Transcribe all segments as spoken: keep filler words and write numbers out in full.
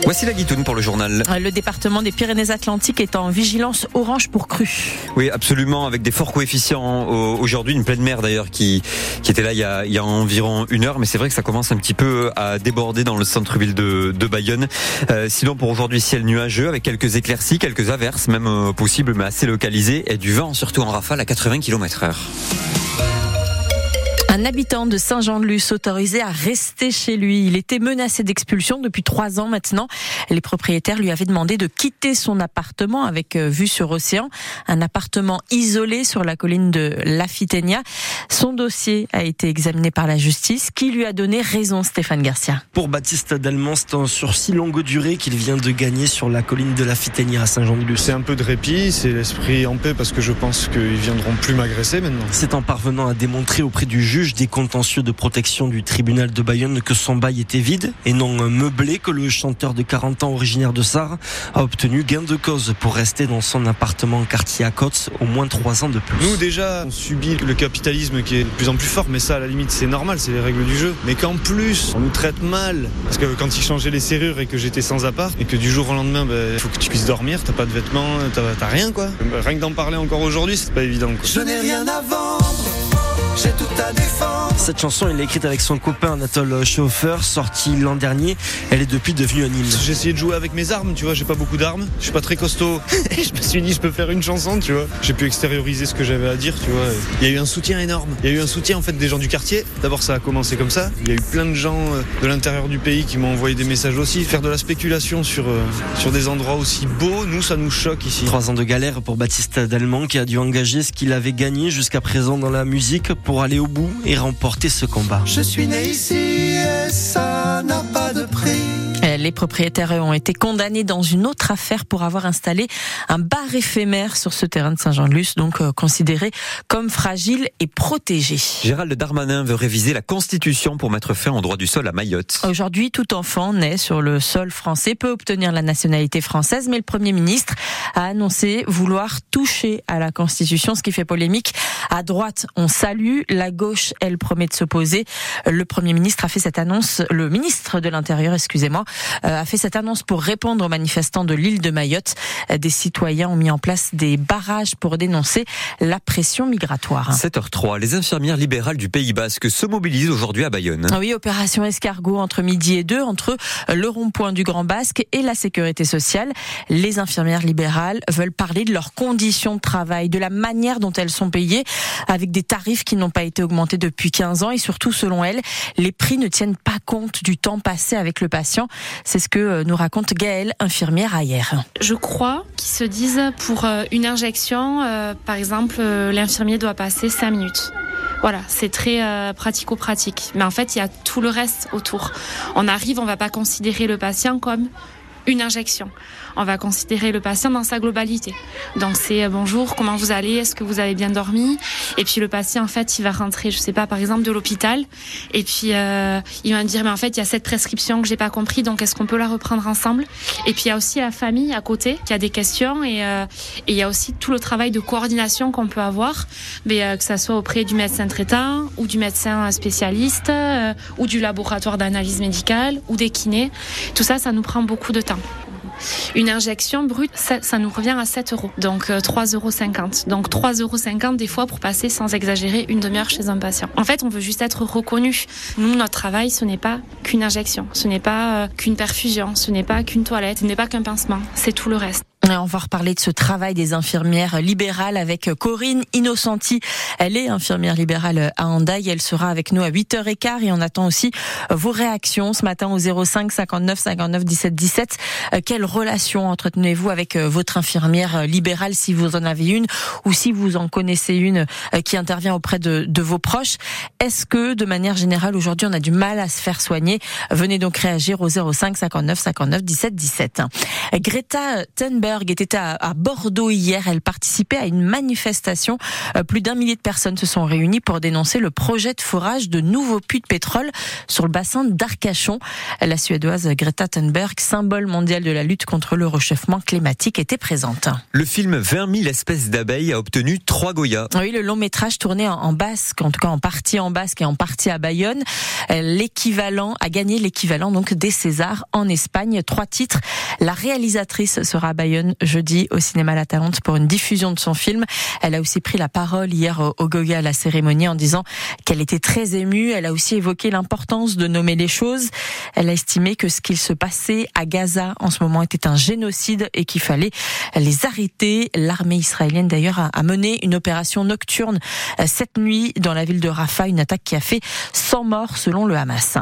Voici la Guitoune pour le journal. Le département des Pyrénées-Atlantiques est en vigilance orange pour crue. Oui, absolument, avec des forts coefficients aujourd'hui, une pleine mer d'ailleurs qui, qui était là il y, a, il y a environ une heure, mais c'est vrai que ça commence un petit peu à déborder dans le centre-ville de, de Bayonne. Euh, sinon pour aujourd'hui, ciel nuageux avec quelques éclaircies, quelques averses, même euh, possibles mais assez localisées, et du vent surtout en rafale à quatre-vingts kilomètres heure. Un habitant de Saint-Jean-de-Luz autorisé à rester chez lui. Il était menacé d'expulsion depuis trois ans maintenant. Les propriétaires lui avaient demandé de quitter son appartement avec vue sur océan. Un appartement isolé sur la colline de l'Afitenia. Son dossier a été examiné par la justice qui lui a donné raison, Stéphane Garcia. Pour Baptiste Dalmont, c'est un sursis longue durée qu'il vient de gagner sur la colline de l'Afitenia à Saint-Jean-de-Luz. C'est un peu de répit, c'est l'esprit en paix parce que je pense qu'ils viendront plus m'agresser maintenant. C'est en parvenant à démontrer auprès du juge des contentieux de protection du tribunal de Bayonne que son bail était vide et non meublé que le chanteur de quarante ans originaire de Sarre a obtenu gain de cause pour rester dans son appartement quartier à Côte au moins trois ans de plus. Nous déjà on subit le capitalisme qui est de plus en plus fort, mais ça à la limite c'est normal, c'est les règles du jeu. Mais qu'en plus on nous traite mal, parce que quand ils changeaient les serrures et que j'étais sans appart et que du jour au lendemain il bah, faut que tu puisses dormir, t'as pas de vêtements, t'as, t'as rien quoi. Rien que d'en parler encore aujourd'hui c'est pas évident quoi. Je n'ai rien à vendre, j'ai tout à défendre. Cette chanson, il l'a écrite avec son copain Anatole Chauffeur, sortie l'an dernier. Elle est depuis devenue un hymne. J'ai essayé de jouer avec mes armes, tu vois, j'ai pas beaucoup d'armes, je suis pas très costaud. Je me suis dit, je peux faire une chanson, tu vois. J'ai pu extérioriser ce que j'avais à dire, tu vois. Il y a eu un soutien énorme. Il y a eu un soutien en fait des gens du quartier. D'abord, ça a commencé comme ça. Il y a eu plein de gens de l'intérieur du pays qui m'ont envoyé des messages aussi. Faire de la spéculation sur sur des endroits aussi beaux, nous, ça nous choque ici. Trois ans de galère pour Baptiste Dalmont qui a dû engager ce qu'il avait gagné jusqu'à présent dans la musique pour aller au bout et remporter ce combat. Je suis né ici et ça n'a pas de prix. Les propriétaires ont été condamnés dans une autre affaire pour avoir installé un bar éphémère sur ce terrain de Saint-Jean-de-Luz, donc euh, considéré comme fragile et protégé. Gérald Darmanin veut réviser la Constitution pour mettre fin au droit du sol à Mayotte. Aujourd'hui, tout enfant né sur le sol français peut obtenir la nationalité française, mais le Premier ministre a annoncé vouloir toucher à la Constitution, ce qui fait polémique. À droite, on salue, la gauche, elle promet de s'opposer. Le Premier ministre a fait cette annonce, le ministre de l'Intérieur, excusez-moi, a fait cette annonce pour répondre aux manifestants de l'île de Mayotte. Des citoyens ont mis en place des barrages pour dénoncer la pression migratoire. sept heures trois, les infirmières libérales du Pays Basque se mobilisent aujourd'hui à Bayonne. Oui, opération escargot entre midi et deux, entre le rond-point du Grand Basque et la sécurité sociale. Les infirmières libérales veulent parler de leurs conditions de travail, de la manière dont elles sont payées, avec des tarifs qui n'ont pas été augmentés depuis quinze ans et surtout, selon elles, les prix ne tiennent pas compte du temps passé avec le patient. C'est ce que nous raconte Gaëlle, infirmière à hier. Je crois qu'ils se disent pour une injection, euh, par exemple, euh, l'infirmier doit passer cinq minutes. Voilà, c'est très euh, pratico-pratique. Mais en fait, il y a tout le reste autour. On arrive, on ne va pas considérer le patient comme une injection. On va considérer le patient dans sa globalité. Donc c'est bonjour, comment vous allez, est-ce que vous avez bien dormi? Et puis le patient en fait il va rentrer, je sais pas, par exemple de l'hôpital, et puis euh, il va me dire mais en fait il y a cette prescription que j'ai pas compris, donc est-ce qu'on peut la reprendre ensemble? Et puis il y a aussi la famille à côté qui a des questions, et euh, et il y a aussi tout le travail de coordination qu'on peut avoir, mais euh, que ça soit auprès du médecin traitant ou du médecin spécialiste euh, ou du laboratoire d'analyse médicale ou des kinés. Tout ça, ça nous prend beaucoup de temps. Une injection brute, ça, ça nous revient à sept euros, donc euh, trois euros cinquante. Donc trois euros cinquante des fois pour passer, sans exagérer, une demi-heure chez un patient. En fait, on veut juste être reconnu. Nous, notre travail, ce n'est pas qu'une injection, ce n'est pas euh, qu'une perfusion, ce n'est pas qu'une toilette, ce n'est pas qu'un pincement, c'est tout le reste. On va reparler de ce travail des infirmières libérales avec Corinne Innocenti. Elle est infirmière libérale à Hendaye. Elle sera avec nous à huit heures quinze et on attend aussi vos réactions ce matin au zéro cinq cinquante-neuf cinquante-neuf dix-sept dix-sept. Quelle relation entretenez-vous avec votre infirmière libérale, si vous en avez une ou si vous en connaissez une qui intervient auprès de, de vos proches? Est-ce que de manière générale aujourd'hui on a du mal à se faire soigner? Venez donc réagir au zéro cinq cinquante-neuf cinquante-neuf dix-sept dix-sept. Greta Thunberg Thunberg était à, à Bordeaux hier. Elle participait à une manifestation. Plus d'un millier de personnes se sont réunies pour dénoncer le projet de forage de nouveaux puits de pétrole sur le bassin d'Arcachon. La Suédoise Greta Thunberg, symbole mondial de la lutte contre le réchauffement climatique, était présente. Le film vingt mille espèces d'abeilles a obtenu trois Goya. Oui, le long métrage tourné en basque, en tout cas en partie en basque et en partie à Bayonne. L'équivalent a gagné l'équivalent donc des Césars en Espagne. Trois titres. La réalisatrice sera à Bayonne jeudi au cinéma La Talente pour une diffusion de son film. Elle a aussi pris la parole hier au Goya à la cérémonie en disant qu'elle était très émue. Elle a aussi évoqué l'importance de nommer les choses. Elle a estimé que ce qu'il se passait à Gaza en ce moment était un génocide et qu'il fallait les arrêter. L'armée israélienne d'ailleurs a mené une opération nocturne cette nuit dans la ville de Rafah, une attaque qui a fait cent morts selon le Hamas.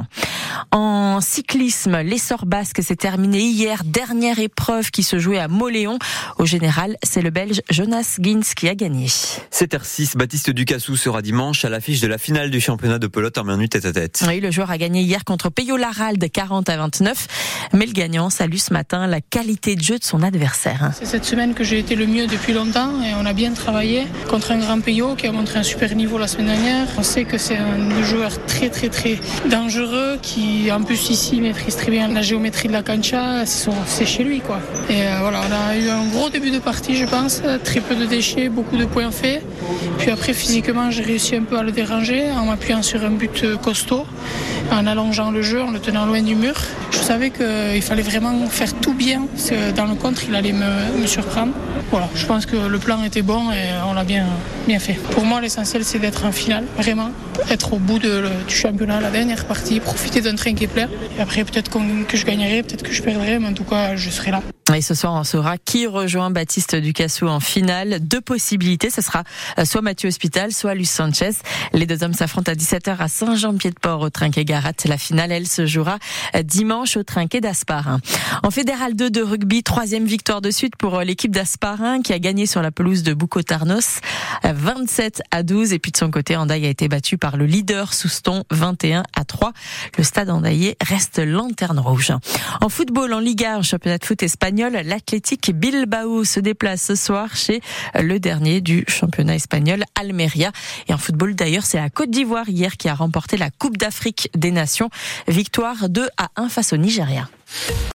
En cyclisme, l'essor basque s'est terminé hier. Dernière épreuve qui se jouait à Mauléon. Au général, c'est le Belge Jonas Gins qui a gagné. sept heures six, Baptiste Ducassou sera dimanche à l'affiche de la finale du championnat de pelote en minute tête à tête. Oui, le joueur a gagné hier contre Peyo Laralde, quarante à vingt-neuf. Mais le gagnant salue ce matin la qualité de jeu de son adversaire. C'est cette semaine que j'ai été le mieux depuis longtemps et on a bien travaillé contre un grand Peyo qui a montré un super niveau la semaine dernière. On sait que c'est un joueur très très très dangereux qui en plus ici maîtrise très bien la géométrie de la cancha, c'est chez lui quoi. Et euh, voilà, on a eu un gros début de partie je pense, très peu de déchets, beaucoup de points faits. Puis après physiquement j'ai réussi un peu à le déranger en m'appuyant sur un but costaud, en allongeant le jeu, en le tenant loin du mur. Je savais qu'il fallait vraiment faire tout bien, parce que dans le contre il allait me, me surprendre. Voilà, je pense que le plan était bon et on l'a bien, bien fait. Pour moi l'essentiel c'est d'être en finale, vraiment, être au bout de, du championnat, la dernière partie, profiter d'un train qui est plein. Et après peut-être que je gagnerai, peut-être que je perdrai, mais en tout cas je serai là. Et ce soir, on saura qui rejoint Baptiste Ducassou en finale. Deux possibilités, ce sera soit Mathieu Hospital, soit Luis Sanchez. Les deux hommes s'affrontent à dix-sept heures à Saint-Jean-Pied-de-Port au Trinquet-Garat. La finale, elle se jouera dimanche au Trinquet d'Asparin. En Fédéral deux de rugby, troisième victoire de suite pour l'équipe d'Asparin qui a gagné sur la pelouse de Boucau-Tarnos vingt-sept à douze. Et puis de son côté, Hendaye a été battu par le leader Souston vingt et un à trois. Le stade Hendaye reste lanterne rouge. En football, en Liga, en championnat de foot espagnol, l'Athletic Bilbao se déplace ce soir chez le dernier du championnat espagnol, Almeria. Et en football d'ailleurs, c'est la Côte d'Ivoire hier qui a remporté la Coupe d'Afrique des Nations. Victoire deux à un face au Nigeria.